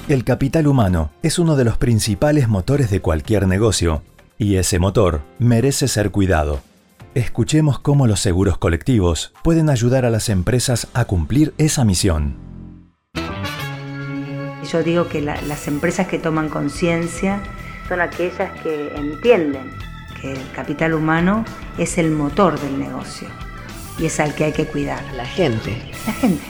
El capital humano es uno de los principales motores de cualquier negocio, y ese motor merece ser cuidado. Escuchemos cómo los seguros colectivos pueden ayudar a las empresas a cumplir esa misión. Yo digo que las empresas que toman conciencia son aquellas que entienden que el capital humano es el motor del negocio y es al que hay que cuidar. La gente. La gente.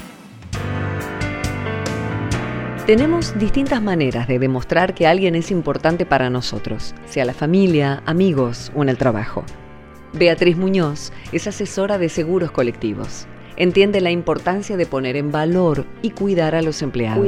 Tenemos distintas maneras de demostrar que alguien es importante para nosotros, sea la familia, amigos o en el trabajo. Beatriz Muñoz es asesora de seguros colectivos. Entiende la importancia de poner en valor y cuidar a los empleados.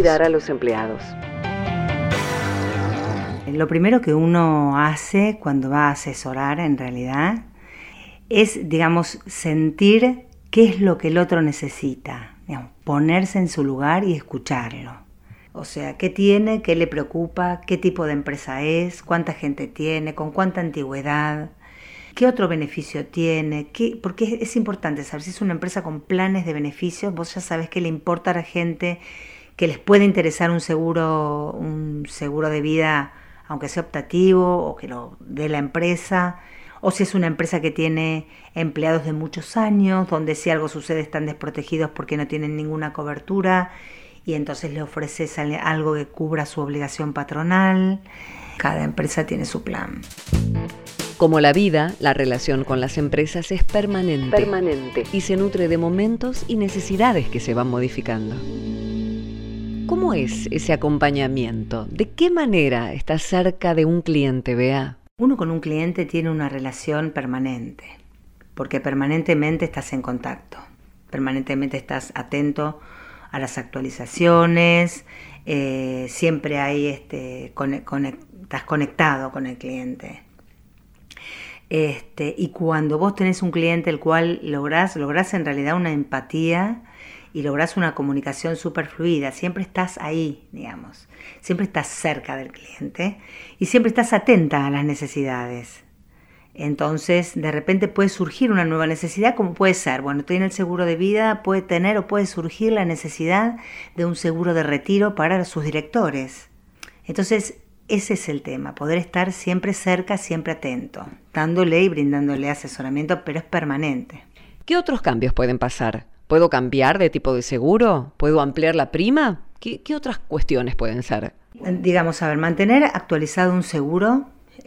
Lo primero que uno hace cuando va a asesorar, en realidad, es, digamos, sentir qué es lo que el otro necesita. Ponerse en su lugar y escucharlo. O sea, qué tiene, qué le preocupa, qué tipo de empresa es, cuánta gente tiene, con cuánta antigüedad, qué otro beneficio tiene, porque es importante saber si es una empresa con planes de beneficios. Vos ya sabés qué le importa a la gente, que les puede interesar un seguro de vida, aunque sea optativo, o que lo dé la empresa, o si es una empresa que tiene empleados de muchos años, donde si algo sucede están desprotegidos porque no tienen ninguna cobertura, y entonces le ofreces algo que cubra su obligación patronal. Cada empresa tiene su plan. Como la vida, la relación con las empresas es permanente y se nutre de momentos y necesidades que se van modificando. ¿Cómo es ese acompañamiento? ¿De qué manera estás cerca de un cliente, Bea? Uno con un cliente tiene una relación permanente, porque permanentemente estás en contacto, permanentemente estás atento a las actualizaciones, siempre hay estás conectado con el cliente. Y cuando vos tenés un cliente el cual lográs en realidad una empatía y lográs una comunicación súper fluida, siempre estás ahí, digamos, siempre estás cerca del cliente y siempre estás atenta a las necesidades. Entonces, de repente puede surgir una nueva necesidad, como puede ser, bueno, estoy en el seguro de vida, puede tener o puede surgir la necesidad de un seguro de retiro para sus directores. Entonces, ese es el tema, poder estar siempre cerca, siempre atento, dándole y brindándole asesoramiento, pero es permanente. ¿Qué otros cambios pueden pasar? ¿Puedo cambiar de tipo de seguro? ¿Puedo ampliar la prima? ¿Qué otras cuestiones pueden ser? Digamos, mantener actualizado un seguro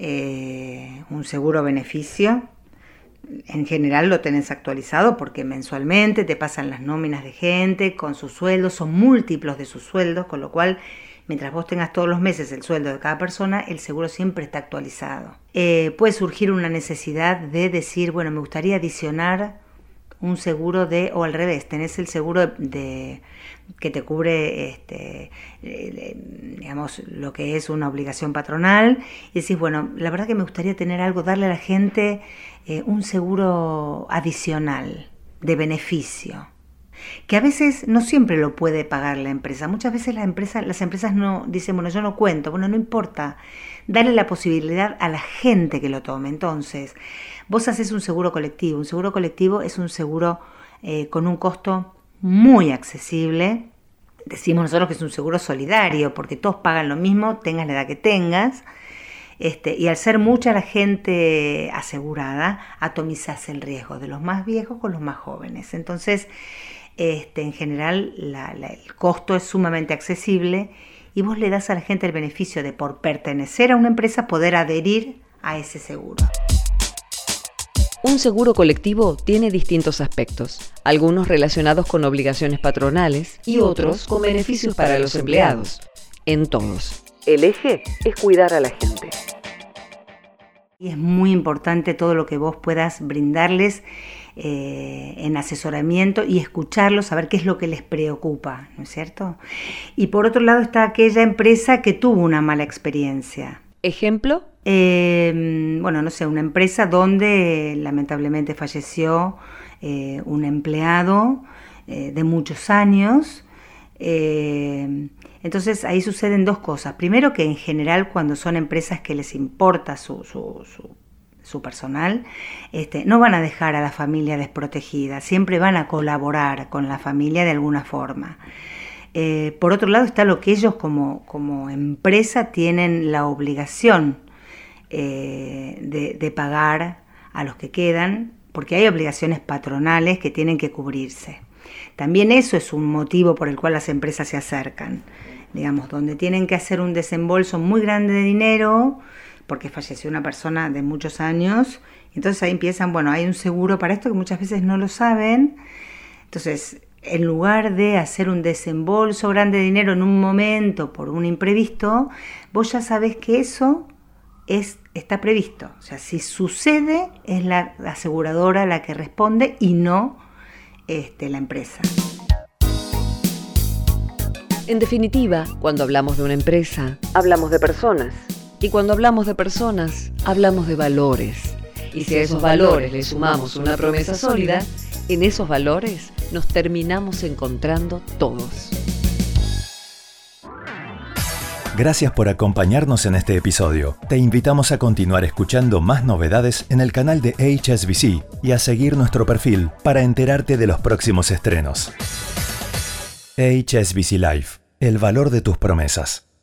beneficio, en general lo tenés actualizado porque mensualmente te pasan las nóminas de gente con sus sueldos, son múltiplos de sus sueldos, con lo cual mientras vos tengas todos los meses el sueldo de cada persona, el seguro siempre está actualizado. Puede surgir una necesidad de decir, bueno, me gustaría adicionar un seguro o al revés, tenés el seguro que te cubre digamos lo que es una obligación patronal y decís, bueno, la verdad que me gustaría tener algo, darle a la gente un seguro adicional de beneficio, que a veces no siempre lo puede pagar la empresa. Muchas veces las empresas no dicen, bueno, yo no cuento, bueno, no importa, darle la posibilidad a la gente que lo tome. Entonces, vos haces un seguro colectivo. Un seguro colectivo es un seguro con un costo muy accesible. Decimos nosotros que es un seguro solidario, porque todos pagan lo mismo, tengas la edad que tengas. Y al ser mucha la gente asegurada, atomizás el riesgo de los más viejos con los más jóvenes. Entonces, en general, el costo es sumamente accesible y vos le das a la gente el beneficio de, por pertenecer a una empresa, poder adherir a ese seguro. Un seguro colectivo tiene distintos aspectos, algunos relacionados con obligaciones patronales y otros con beneficios para los empleados. En todos, el eje es cuidar a la gente. Y es muy importante todo lo que vos puedas brindarles en asesoramiento y escucharlos, saber qué es lo que les preocupa, ¿no es cierto? Y por otro lado está aquella empresa que tuvo una mala experiencia. ¿Ejemplo? Bueno, no sé, una empresa donde lamentablemente falleció un empleado de muchos años. Entonces ahí suceden dos cosas. Primero, que en general cuando son empresas que les importa su personal, no van a dejar a la familia desprotegida, siempre van a colaborar con la familia de alguna forma. Por otro lado está lo que ellos como empresa tienen la obligación de pagar a los que quedan, porque hay obligaciones patronales que tienen que cubrirse. También eso es un motivo por el cual las empresas se acercan, digamos, donde tienen que hacer un desembolso muy grande de dinero, porque falleció una persona de muchos años. Entonces ahí empiezan, bueno, hay un seguro para esto que muchas veces no lo saben. Entonces, en lugar de hacer un desembolso grande de dinero en un momento por un imprevisto, vos ya sabés que eso está previsto. O sea, si sucede, es la aseguradora la que responde y no la empresa. En definitiva, cuando hablamos de una empresa, hablamos de personas. Y cuando hablamos de personas, hablamos de valores. Y si a esos valores le sumamos una promesa sólida, en esos valores nos terminamos encontrando todos. Gracias por acompañarnos en este episodio. Te invitamos a continuar escuchando más novedades en el canal de HSBC y a seguir nuestro perfil para enterarte de los próximos estrenos. HSBC Life, el valor de tus promesas.